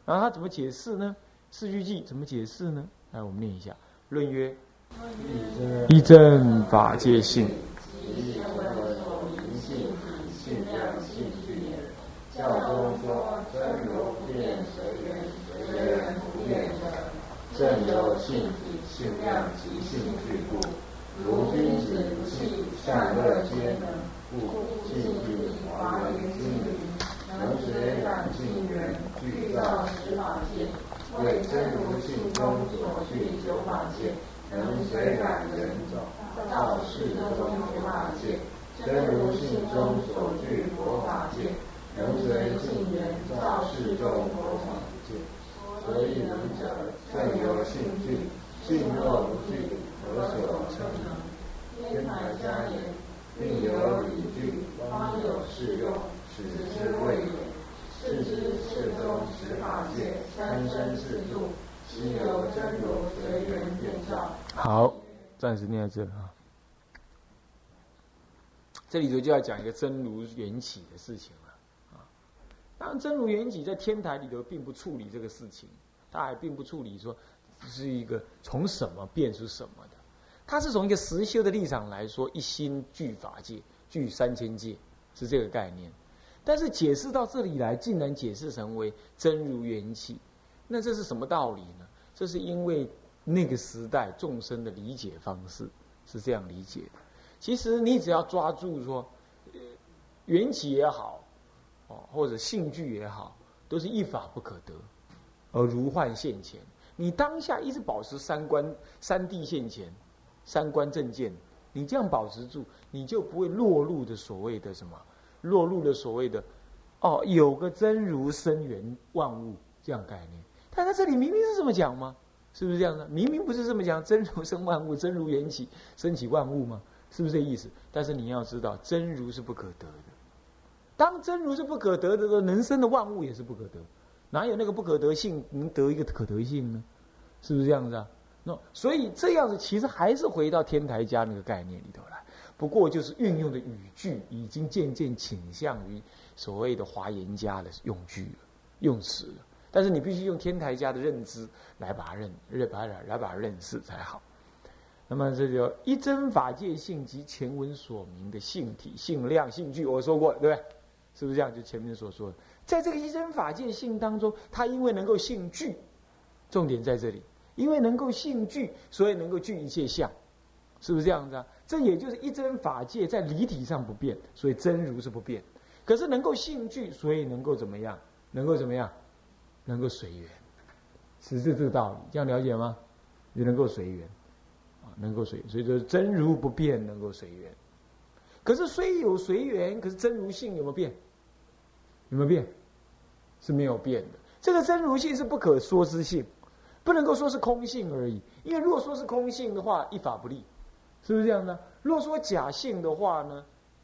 然后他怎么解释呢？四句偈怎么解释呢？来，我们念一下。论曰：一真法界性。 教中说真如不变随缘，随缘不变者，正有性体、性量及性具故。如君子不器，善恶皆能，故性体华严经云：能随染净缘，具造十法界。为真如性中所具九法界，能随染人造世中九法界。真如性中所具佛法界，能随性缘造世众佛法界。所以能者，正有性具，性若不具，何所称能？天台家言：并有理具，方有适用，使之谓也。是之世中十法界，三生四度，悉由真如随缘变造。 好，暂时念到这啊。这里头就要讲一个真如缘起的事情了啊。当然，真如缘起在天台里头并不处理这个事情，他还并不处理说是一个从什么变出什么的。他是从一个实修的立场来说，一心具法界，具3000界，是这个概念。但是解释到这里来，竟然解释成为真如缘起，那这是什么道理呢？这是因为那个时代众生的理解方式是这样理解的。其实你只要抓住说，缘起也好，或者性具也好，都是一法不可得，而如幻现前。你当下一直保持三谛现前，三观正见，你这样保持住，你就不会落入的所谓的什么，落入了所谓的有个真如生缘万物这样概念。但他这里明明是这么讲吗？是不是这样的？明明不是这么讲，真如生万物，真如缘起，生起万物吗？是不是这意思？但是你要知道，真如是不可得的。当真如是不可得的时候，能生的万物也是不可得。哪有那个不可得性能得一个可得性呢？是不是这样子啊？所以这样子其实还是回到天台家那个概念里头来，不过就是运用的语句已经渐渐倾向于所谓的华严家的用句了、用词了。但是你必须用天台家的认知来把它认识才好。那么这就一真法界性及前文所明的性体、性量、性具，我说过了，对不对？是不是这样？就前面所说的，在这个一真法界性当中，它因为能够性具，重点在这里，因为能够性具，所以能够具一切相，是不是这样子啊？这也就是一真法界在理体上不变，所以真如是不变。可是能够性具，所以能够怎么样？能够怎么样？能够随缘，是这个道理，这样了解吗？也能够随缘。能够随缘，所以说真如不变，能够随缘。可是虽有随缘，可是真如性有没有变？有没有变？是没有变的。这个真如性是不可说之性，不能够说是空性而已。因为如果说是空性的话，一法不立，是不是这样呢？如果说假性的话呢，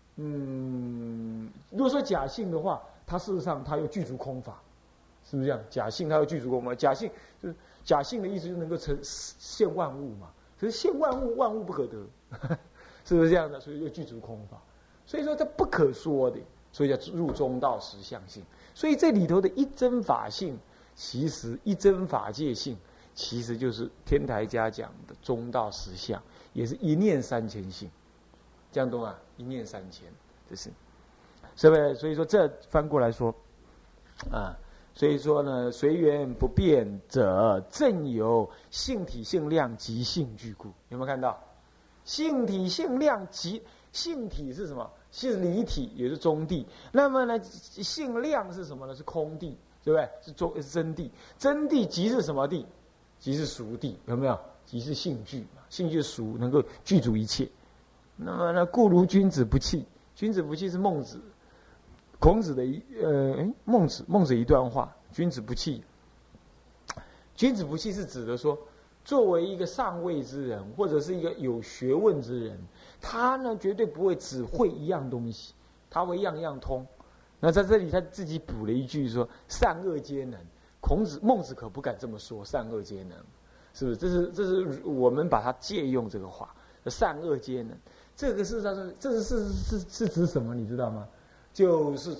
如果说假性的话，它事实上它又具足空法，是不是这样？假性它又具足空法，假性就是假性的意思，就能够现万物嘛。可是现万物，万物不可得，是不是这样的？所以就具足空法，所以说它不可说的，所以叫入中道实相性。所以这里头的一真法性，其实一真法界性，其实就是天台家讲的中道实相，也是一念3000性，这样懂吗？一念3000，这是不是？所以说这翻过来说，所以说呢，随缘不变者，正有性体、性量及性具故。有没有看到？性体、性量及性体是什么？是离体，也是中谛。那么呢，性量是什么呢？是空谛，对不对？是真谛。真谛即是什么谛？即是熟谛，有没有？即是性具嘛。性具熟，能够具足一切。那么呢，故如君子不器。君子不器是孟子。孔子的孟子一段话，君子不器。君子不器是指的说，作为一个上位之人，或者是一个有学问之人，他呢绝对不会只会一样东西，他会样样通。那在这里他自己补了一句说：“善恶皆能。”孟子可不敢这么说，善恶皆能，是不是？这是我们把它借用这个话，善恶皆能。这个事实上是指什么？你知道吗？就是指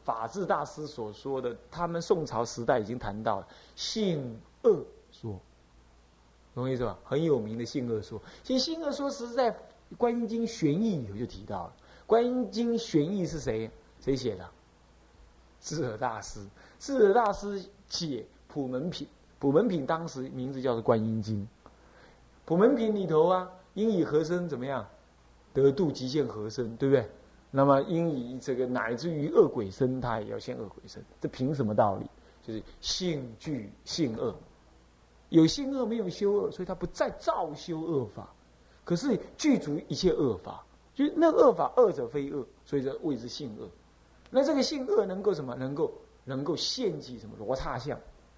法治大师所说的，他们宋朝时代已经谈到了性恶说，懂我意思吧？很有名的性恶说。其实性恶说实在《观音经玄义》里头就提到了。《观音经玄义》是谁写的？智尔大师。智尔大师解普门品，普门品当时名字叫做《观音经》。普门品里头啊，应以和身怎么样？得度极限和身，对不对？那么应以这个乃至于恶鬼身，他也要现恶鬼身。这凭什么道理？就是性具性恶，有性恶没有修恶，所以他不再造修恶法，可是具足一切恶法，就是那恶法恶者非恶，所以这谓之性恶。那这个性恶能够什么？能够献祭什么罗刹相、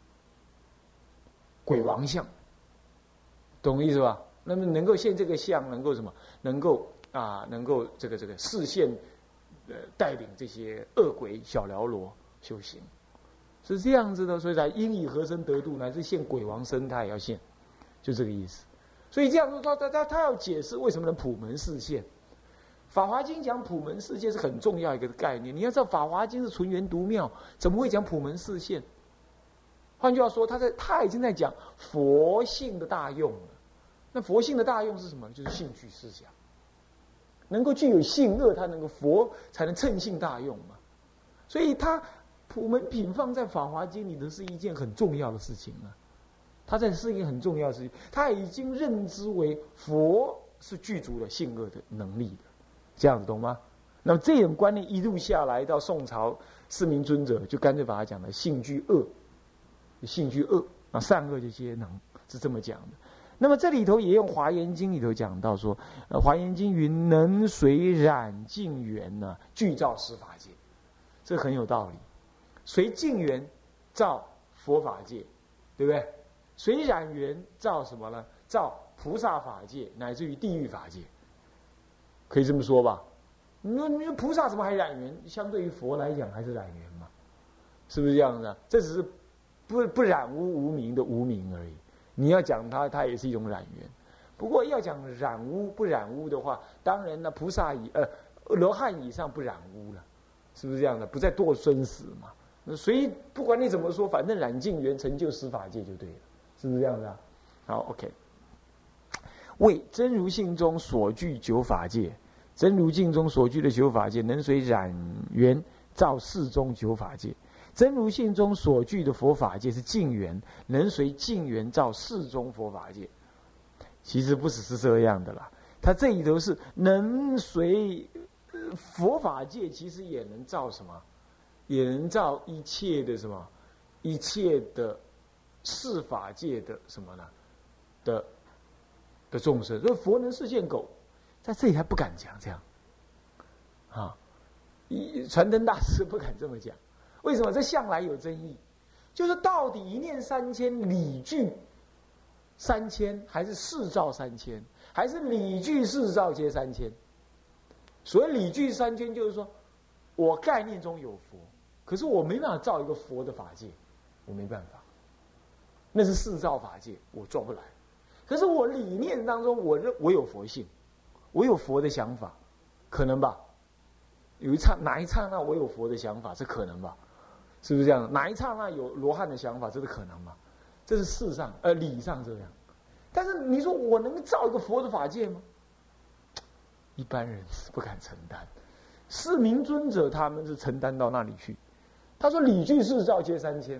鬼王相，懂意思吧？那么能够现这个相，能够什么？能够这个视线，带领这些恶鬼小喽啰修行，是这样子的。所以才应以和身得度，乃至现鬼王身，他也要现，就这个意思。所以这样说，他要解释为什么能普门示现。法华经讲普门示现是很重要一个概念。你要知道，法华经是纯元独妙，怎么会讲普门示现？换句话说，他已经在讲佛性的大用了。那佛性的大用是什么？就是性具思想，能够具有性恶，他能够佛才能称性大用嘛。所以他普门品放在法华经里头是一件很重要的事情啊。他在是一件很重要的事情，他已经认知为佛是具足了性恶的能力的，这样子懂吗？那么这种观念一路下来，到宋朝释明尊者就干脆把它讲的性具恶，性具恶啊，善恶就皆能，是这么讲的。那么这里头也用《华严经》里头讲到说，华严经云能随染净缘呢，具造十法界，这很有道理。随净缘造佛法界，对不对？随染缘造什么呢？造菩萨法界，乃至于地狱法界，可以这么说吧？你说菩萨怎么还染缘？相对于佛来讲，还是染缘嘛？是不是这样子啊？这只是不染污无明的无明而已。你要讲它也是一种染缘。不过要讲染污不染污的话，当然呢，菩萨罗汉以上不染污了，是不是这样的？不再堕生死嘛。那所以不管你怎么说，反正染净缘成就十法界就对了，是不是这样的啊？好 ，OK。为真如性中所具九法界，真如境中所具的九法界，能随染缘造世中九法界。真如性中所具的佛法界是净缘，能随净缘造世中佛法界。其实不只是这样的啦，它这里头是能随佛法界，其实也能造什么？也能造一切的什么？一切的世法界的什么呢？的众生。所以佛能示现狗，在这里还不敢讲这样啊。传灯大师不敢这么讲。为什么？这向来有争议，就是到底一念三千理具3000，还是事照3000，还是理具事照皆3000？所谓理具3000，就是说我概念中有佛，可是我没办法造一个佛的法界，我没办法，那是事照法界，我做不来。可是我理念当中，我有佛性，我有佛的想法，可能吧？哪一刹那我有佛的想法，这可能吧？是不是这样？哪一刹那有罗汉的想法，这是可能吗？这是事上理上这样。但是你说我能造一个佛的法界吗？一般人是不敢承担。释明尊者他们是承担到那里去。他说理具事照皆3000。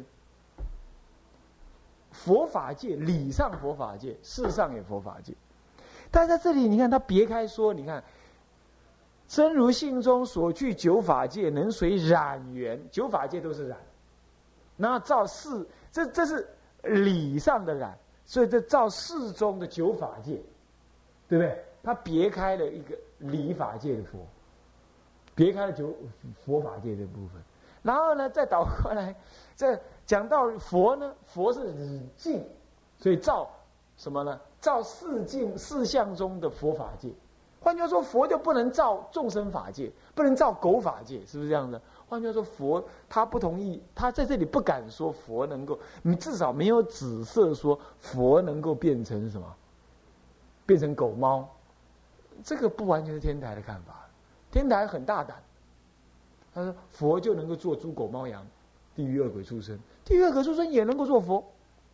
佛法界理上佛法界，事上也佛法界。但在这里你看他别开说，你看真如性中所具九法界，能随染缘，九法界都是染。那照世，这是理上的染，所以这照世中的九法界，对不对？他别开了一个理法界的佛，别开了佛法界的部分。然后呢，再倒过来，再讲到佛呢，佛是净，所以照什么呢？照四境四相中的佛法界。换句话说，佛就不能造众生法界，不能造狗法界，是不是这样的？换句话说，佛他不同意，他在这里不敢说佛能够，你至少没有指涉说佛能够变成什么，变成狗猫，这个不完全是天台的看法。天台很大胆， 他说佛就能够做猪狗猫羊，地狱恶鬼畜生，地狱恶鬼畜生也能够做佛，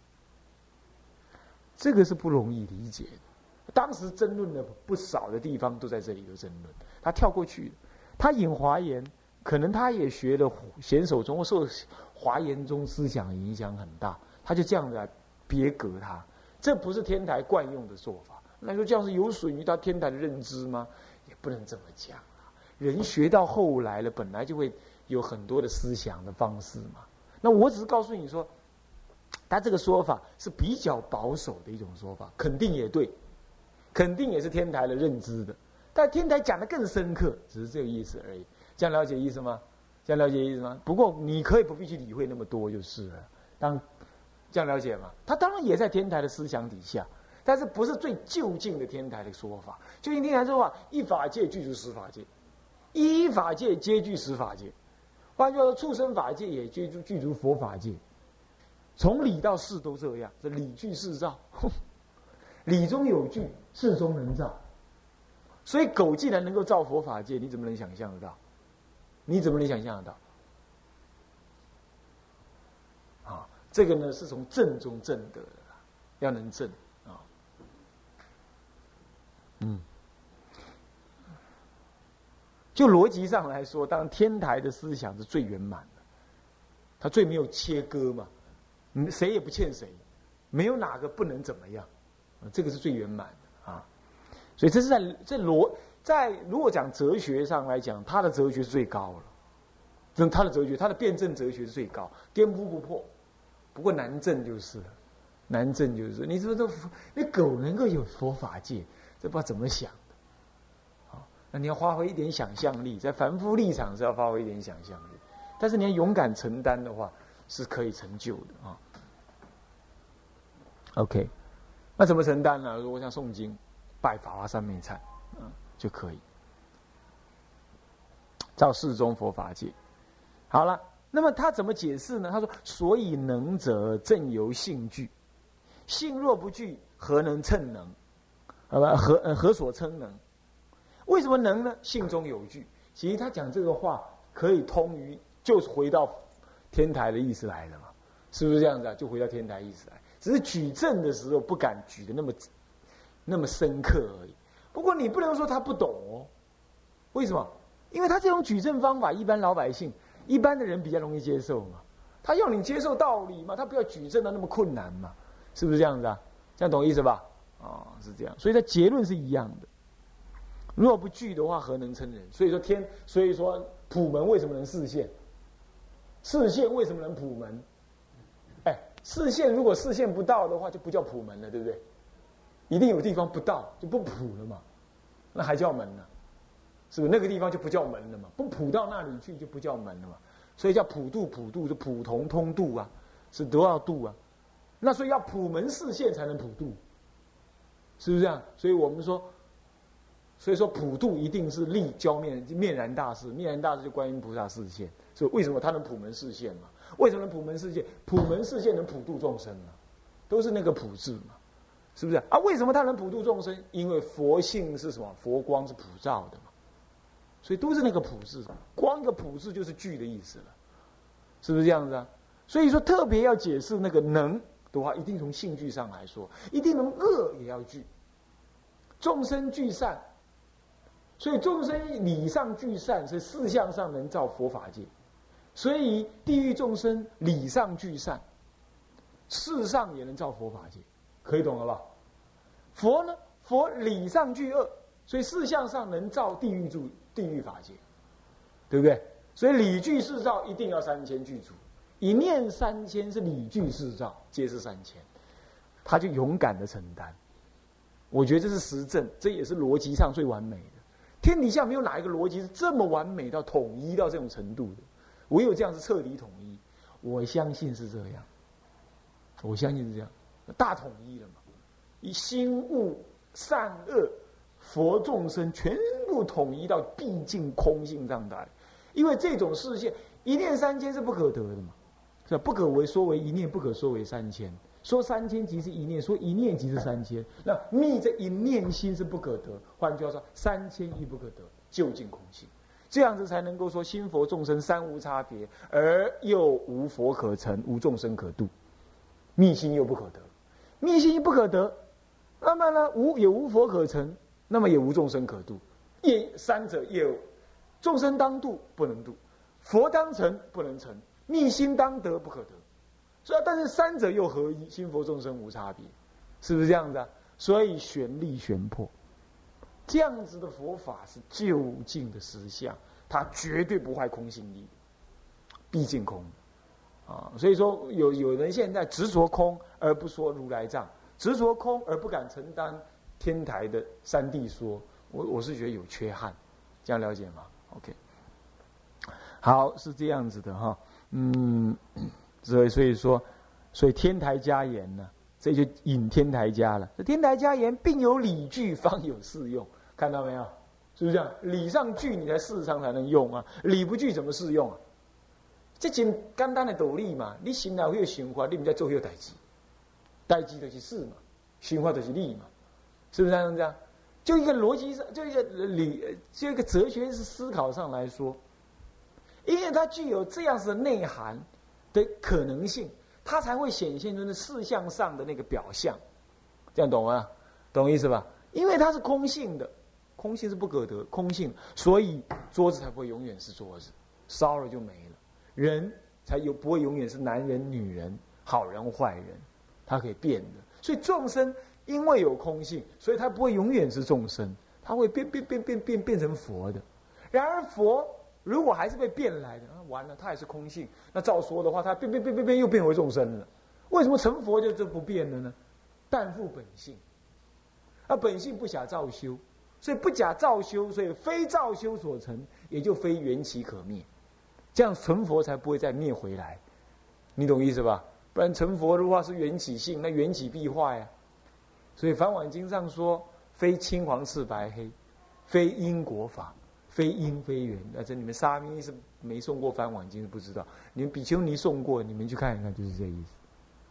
这个是不容易理解的。当时争论的不少的地方都在这里头争论，他跳过去，他引华严，可能他也学了显手中受华严宗思想影响很大，他就这样来别格他，这不是天台惯用的做法。那说这样是有损于他天台的认知吗？也不能这么讲啊。人学到后来了，本来就会有很多的思想的方式嘛。那我只是告诉你说，他这个说法是比较保守的一种说法，肯定也对，肯定也是天台的认知的。但天台讲的更深刻，只是这个意思而已。这样了解意思吗？这样了解意思吗？不过你可以不必去理会那么多就是了。这样了解吗？他当然也在天台的思想底下。但是不是最就近的天台的说法？就近天台说法，一法界具足十法界，一法界皆具十法界。换句话说，畜生法界也具足佛法界。从理到事都这样，这理具事造，理中有具，事中能造。所以狗既然能够造佛法界，你怎么能想象得到？你怎么能想象得到？啊，这个呢是从正中正得的，要能正。就逻辑上来说，当然天台的思想是最圆满的，它最没有切割嘛，谁也不欠谁，没有哪个不能怎么样，这个是最圆满的啊。所以这是在如果讲哲学上来讲，他的哲学是最高了，他的哲学，他的辩证哲学是最高，颠扑不破。不过难证就是了，难证就是你说那狗能够有佛法界，这不知道怎么想。那你要发挥一点想象力，在凡夫立场是要发挥一点想象力，但是你要勇敢承担的话，是可以成就的啊。OK， 那怎么承担呢？如果像诵经、拜法华三昧忏，就可以照世中佛法界。好了，那么他怎么解释呢？他说：所以能者正由性具，性若不具，何能称能？好吧，何所称能？为什么能呢？性中有具。其实他讲这个话可以通于，就是回到天台的意思来了嘛，是不是这样子啊？就回到天台意思来，只是举证的时候不敢举的那么深刻而已。不过你不能说他不懂哦，为什么？因为他这种举证方法，一般老百姓、一般的人比较容易接受嘛。他要你接受道理嘛，他不要举证的那么困难嘛，是不是这样子啊？这样懂意思吧？哦，是这样。所以他结论是一样的。若不具的话，何能称人？所以说普门为什么能示现？示现为什么能普门？示现如果示现不到的话，就不叫普门了，对不对？一定有地方不到，就不普了嘛，那还叫门呢？是不是那个地方就不叫门了嘛？不普到那里去就不叫门了嘛？所以叫普度，就普通通度啊，是都要度啊。那所以要普门示现才能普度，是不是这样？所以说普度一定是立教面然大士，面然大士就观音菩萨示现。所以为什么他能普门示现嘛？为什么能普门示现？普门示现能普度众生嘛？都是那个普字嘛，是不是啊？为什么他能普度众生？因为佛性是什么？佛光是普照的嘛，所以都是那个普字。光一个普字就是具的意思了，是不是这样子啊？所以说特别要解释那个能的话，一定从性具上来说，一定能恶也要具，众生具善。所以众生理上具善，是事相上能造佛法界；所以地狱众生理上具善，事上也能造佛法界，可以懂了吧？佛呢，佛理上具恶，所以事相上能造地狱法界，对不对？所以理具事造一定要3000具足，一念3000是理具事造，皆是3000，他就勇敢的承担。我觉得这是实证，这也是逻辑上最完美的。天底下没有哪一个逻辑是这么完美到统一到这种程度的，唯有这样是彻底统一。我相信是这样，我相信是这样，大统一了嘛，以心物善恶佛众生全部统一到毕竟空性上来，因为这种视线一念3000是不可得的嘛，是吧？不可为说为一念，不可说为3000。说3000即是一念，说一念即是3000。那密这一念心是不可得，换句话说，3000亦不可得，究竟空性。 这样子才能够说心佛众生三无差别，而又无佛可成，无众生可度，密心又不可得，密心不可得，那么呢也无佛可成，那么也无众生可度，三者也有众生当度不能度，佛当成不能成，密心当得不可得。所以但是三者又合一，心佛众生无差别，是不是这样子啊？所以玄力玄破，这样子的佛法是究竟的实相，它绝对不坏空性力，毕竟空啊。所以说有人现在执着空而不说如来藏，执着空而不敢承担天台的三谛说，我是觉得有缺憾，这样了解吗 ？OK， 好，是这样子的哈，所以天台家言呢，这就引天台家了。这天台家言并有理据，方有适用，看到没有？是不是这样？理上具你才事上才能用啊，理不具怎么适用啊？这真简单的道理嘛。你心内有想法，你不在做迄个代志，代志就是事嘛，想法就是理嘛，是不是这样？就一个逻辑上，就一个就一个哲学思考上来说，因为它具有这样子的内涵的可能性，它才会显现出那事相上的那个表象，这样懂吗？懂意思吧？因为它是空性的，空性是不可得，空性，所以桌子才不会永远是桌子，烧了就没了。人才不会永远是男人、女人、好人、坏人，它可以变的。所以众生因为有空性，所以它不会永远是众生，它会变成佛的。然而佛如果还是被变来的，完了，它也是空性。那照说的话，它变又变回众生了。为什么成佛就不变了呢？但复本性，本性不假造修，所以不假造修，所以非造修所成，也就非缘起可灭。这样成佛才不会再灭回来，你懂意思吧？不然成佛的话是缘起性，那缘起必坏啊。所以《梵网经》上说，非青黄赤白黑，非因果法。非因非缘，这你们沙弥是没诵过《梵网经》是不知道，你们比丘尼诵过，你们去看一看，就是这意思。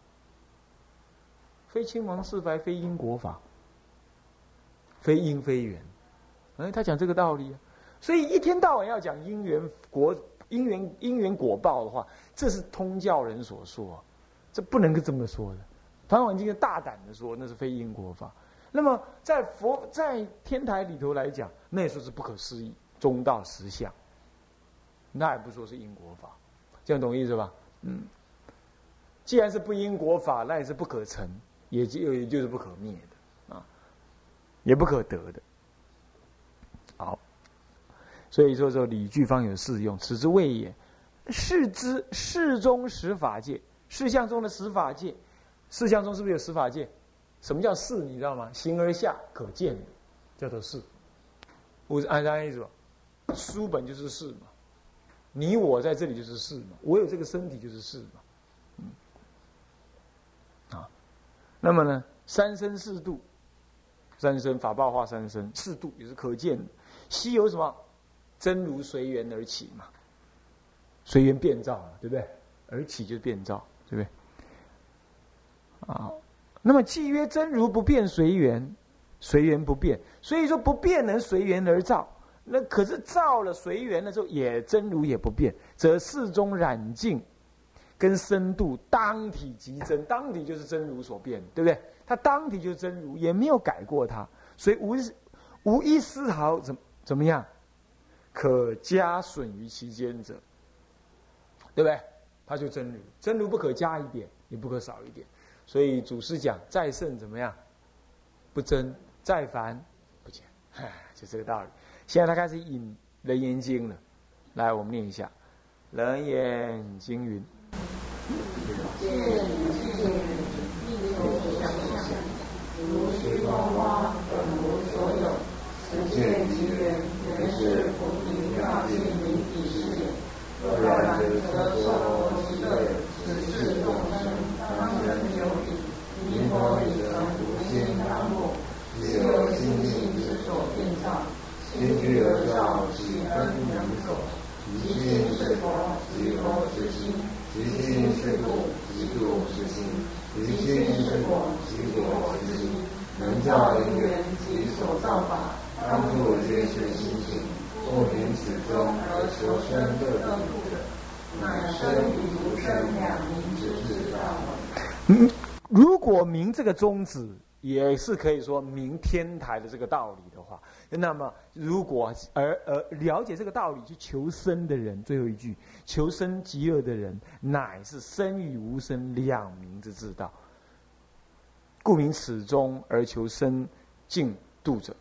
非青黄赤白，非因果法，非因非缘，他讲这个道理啊。所以一天到晚要讲因缘果报的话，这是通教人所说，这不能够这么说的。《梵网经》大胆的说，那是非因果法。那么在天台里头来讲，那也说是不可思议。中道实相，那也不说是因果法，这样懂意思吧？既然是不因果法，那也是不可成，也就是不可灭的啊，也不可得的。好，所以说理具方有适用，此之谓也。是之事中十法界，事相中的十法界，事相中是不是有十法界？什么叫事？你知道吗？形而下可见的，叫做事。我按照意思吧。书本就是事嘛，你我在这里就是事嘛，我有这个身体就是事嘛，那么呢，三身四度，三身法报化三身，四度也是可见的。悉有什么？真如随缘而起嘛，随缘变造了，对不对？而起就是变造，对不对？那么既曰真如不变随缘，随缘不变，所以说不变能随缘而造。那可是造了随缘的时候，也真如也不变，则事中染净跟深度当体即真，当体就是真如所变，对不对？它当体就是真如，也没有改过它，所以无一丝毫怎么样可加损于其间者，对不对？它就真如，真如不可加一点，也不可少一点。所以祖师讲，再胜怎么样？不增，再凡不减，就这个道理。现在他开始引《楞严经》了，来，我们念一下《楞严经》云： 见如虚空花，本无所有，此见其人，原是菩提妙境明体是也。若然则说其对，此是众生当人有理，弥陀理成无心当末，只有心性之所变造。心具而造，其根能所。其心是佛，即佛是心；其心是度，即度是心；其心是果，即果是心。能造因缘及所造法，当作皆是心性。 或临此中而求生乐土者，乃生与无生两明之至道。 如果明这个宗旨，也是可以说明天台的这个道理的话，那么如果了解这个道理去求生的人，最后一句，求生极乐的人，乃是生与无生两明之至道。故名此中而求生净度者。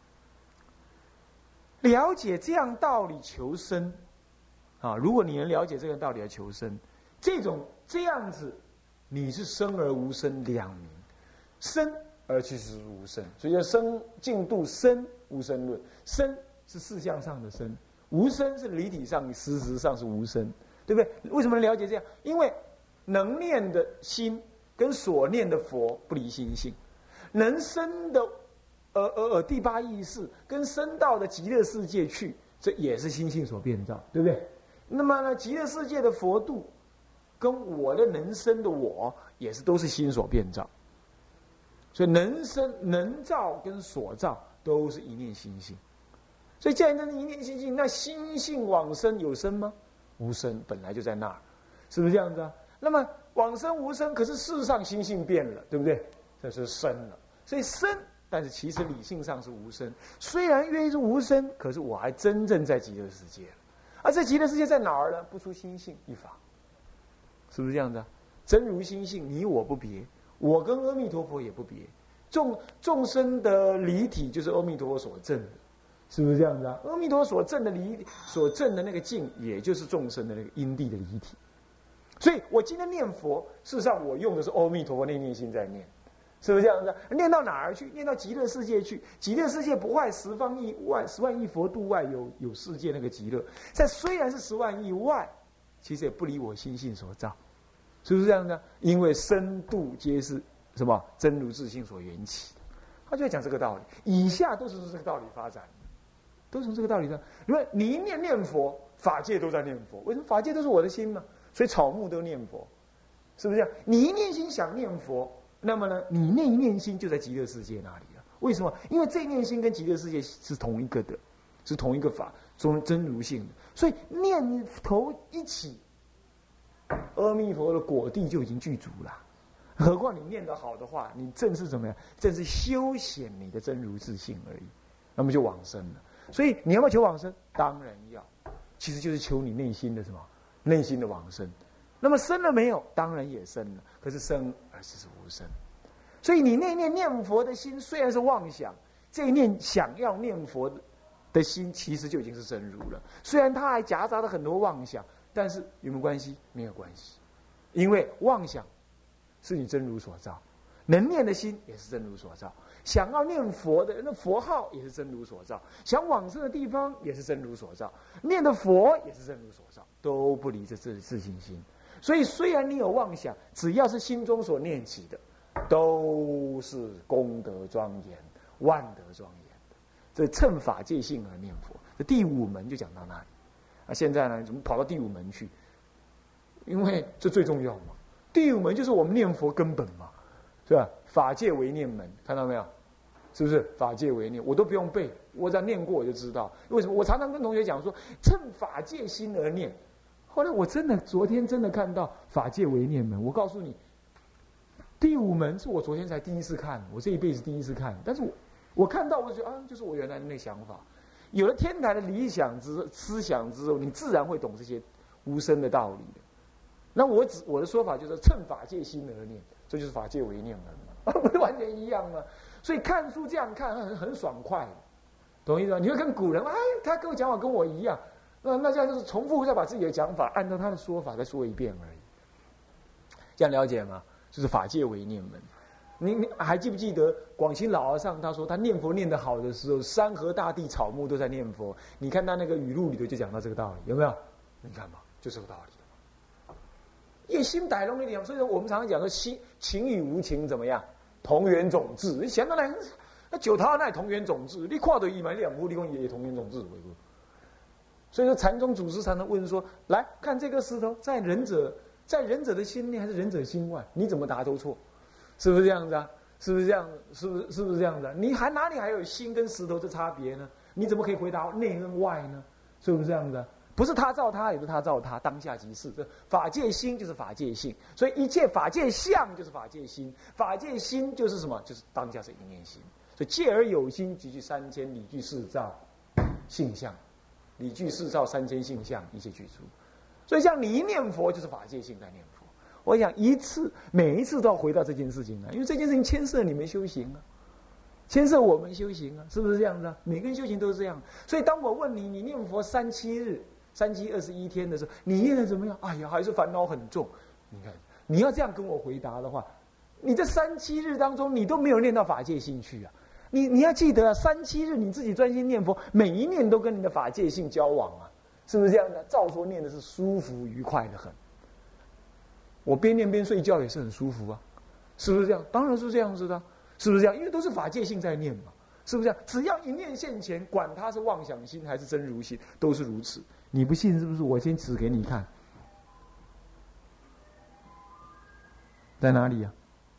了解这样道理求生啊，如果你能了解这个道理而求生，这样子，你是生而无生两明，生而其实无生，所以叫生净度生无生论。生是事相上的生，无生是理体上实质上是无生，对不对？为什么能了解这样？因为能念的心跟所念的佛不离心性，能生的第八意识跟生到的极乐世界去，这也是心性所变造，对不对？那么呢，极乐世界的佛度跟我的能生的我也是都是心所变造。所以能生能造跟所造都是一念心性，所以既然这是一念心性，那心性往生有生吗？无生，本来就在那儿，是不是这样子啊？那么往生无生，可是事实上心性变了，对不对？这是生了，所以生，但是其实理性上是无生。虽然约是无生，可是我还真正在极乐世界了。而这极乐世界在哪儿呢？不出心性一法，是不是这样子啊？真如心性，你我不别。我跟阿弥陀佛也不别，众生的离体就是阿弥陀佛所证的，是不是这样子啊？阿弥陀佛所证的所证的那个境，也就是众生的那个因地的离体。所以我今天念佛，事实上我用的是阿弥陀佛那念心在念，是不是这样子啊？念到哪儿去？念到极乐世界去。极乐世界不外十万亿佛度外有世界那个极乐，在虽然是10万亿外，其实也不离我心性所造。是不是这样的？因为深度皆是什么真如自性所缘起的，他就在讲这个道理。以下都是从这个道理发展的，都是从这个道理上。因为你一念佛，法界都在念佛。为什么？法界都是我的心嘛，所以草木都念佛，是不是这样？你一念心想念佛，那么呢，你那一念心就在极乐世界那里了。为什么？因为这一念心跟极乐世界是同一个的，是同一个法，中真如性的，所以念头一起。阿弥陀的果地就已经具足了，何况你念得好的话，你正是怎么样？正是修显你的真如自性而已，那么就往生了。所以你要不要求往生？当然要，其实就是求你内心的什么？内心的往生。那么生了没有？当然也生了，可是生而是无生。所以你那念念佛的心虽然是妄想，这一念想要念佛的心，其实就已经是真如了。虽然它还夹杂了很多妄想。但是有没有关系？没有关系，因为妄想是你真如所造，能念的心也是真如所造，想要念佛的那佛号也是真如所造，想往生的地方也是真如所造，念的佛也是真如所造，都不离这自性心。所以虽然你有妄想，只要是心中所念起的，都是功德庄严、万德庄严的。这乘法界性而念佛，这第5门就讲到那里。现在呢，怎么跑到第5门去？因为这最重要嘛。第5门就是我们念佛根本嘛，是吧？法界为念门，看到没有？是不是？法界为念，我都不用背，我只要念过我就知道。为什么？我常常跟同学讲说，趁法界心而念。后来我昨天真的看到法界为念门。我告诉你，第5门是我昨天才第一次看，我这一辈子第一次看。但是我看到，我就觉得啊，就是我原来的那想法。有了天台的理想思想之后，你自然会懂这些无生的道理的。那我的说法就是趁法界心而念，这就是法界为念门嘛，不是完全一样吗？所以看书这样看很爽快，懂意思吗？你会跟古人，哎，他跟我讲法跟我一样，那这样就是重复再把自己的讲法按照他的说法再说一遍而已。这样了解吗？就是法界为念门。你还记不记得广清老和尚他说他念佛念得好的时候，山河大地草木都在念佛。你看他那个语录里头就讲到这个道理，有没有？你看嘛，就这个道理。业心歹龙一点，所以说我们常常讲说情与无情怎么样？同源种质。你想到那九桃那同源种质，你看到一买两户，你讲也同源种质为不？所以说禅宗祖师常常问说：来看这个石头，在仁者的心内还是仁者心外？你怎么答都错。是不是这样子啊？是不是这样？是不是这样子啊？你哪里还有心跟石头的差别呢？ 你怎么可以回答内跟外呢？是不是这样的？不是他造他，也不是他造他，当下即是。这法界心就是法界性，所以一切法界相就是法界心，法界心就是什么？就是当下是一念心。所以戒而有心，即具3000理具四照性相，理具四照3000性相，一切具足。所以像你一念佛，就是法界性在念佛。我想每一次都要回到这件事情啊，因为这件事情牵涉你们修行啊。牵涉我们修行啊，是不是这样子啊？每个人修行都是这样。所以当我问你，你念佛3-7日，3七21天的时候，你念得怎么样？哎呀，还是烦恼很重。你看，你要这样跟我回答的话，你这3-7日当中，你都没有念到法界性去啊。你要记得啊，3-7日你自己专心念佛，每一念都跟你的法界性交往啊，是不是这样的？照说念的是舒服愉快的很。我边念边睡觉也是很舒服啊，是不是这样？当然是这样子的。是不是这样？因为都是法界性在念嘛，是不是这样？只要一念现前，管它是妄想心还是真如心，都是如此。你不信是不是？我先指给你看，在哪里呀、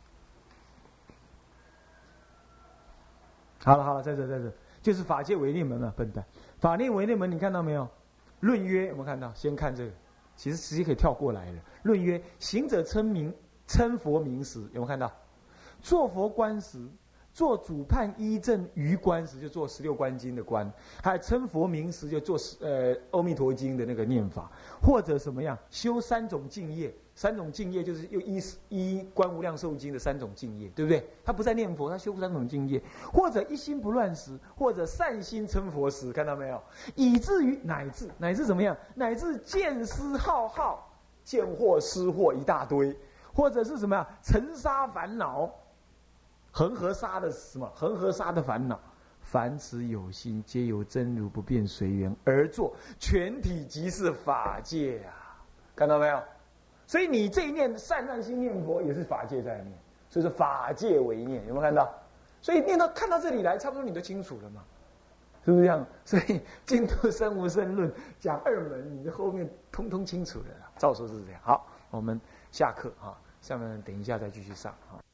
好了，在这，就是法界唯念门啊，笨蛋！法界唯念门，你看到没有？论曰有没有看到？先看这个，其实直接可以跳过来了。论曰：行者称佛名时，有没有看到？做佛观时，做主判依正余观时，就做16观经的观；还有称佛名时，就做阿弥陀经的那个念法，或者什么样修3种净业。3种净业就是又依观无量寿经的3种净业，对不对？他不在念佛，他修3种净业，或者一心不乱时，或者善心称佛时，看到没有？以至于乃至怎么样？乃至见思浩，见惑失惑一大堆，或者是什么呀？尘沙烦恼。恒河沙的什么？恒河沙的烦恼，凡此有心，皆由真如不变随缘而作，全体即是法界啊！看到没有？所以你这一念善心念佛也是法界在念，所以说法界为念，有没有看到？所以看到这里来，差不多你都清楚了嘛，是不是这样？所以净土生无生论讲2门，你的后面通通清楚了啦。照说是这样。好，我们下课啊，下面等一下再继续上啊。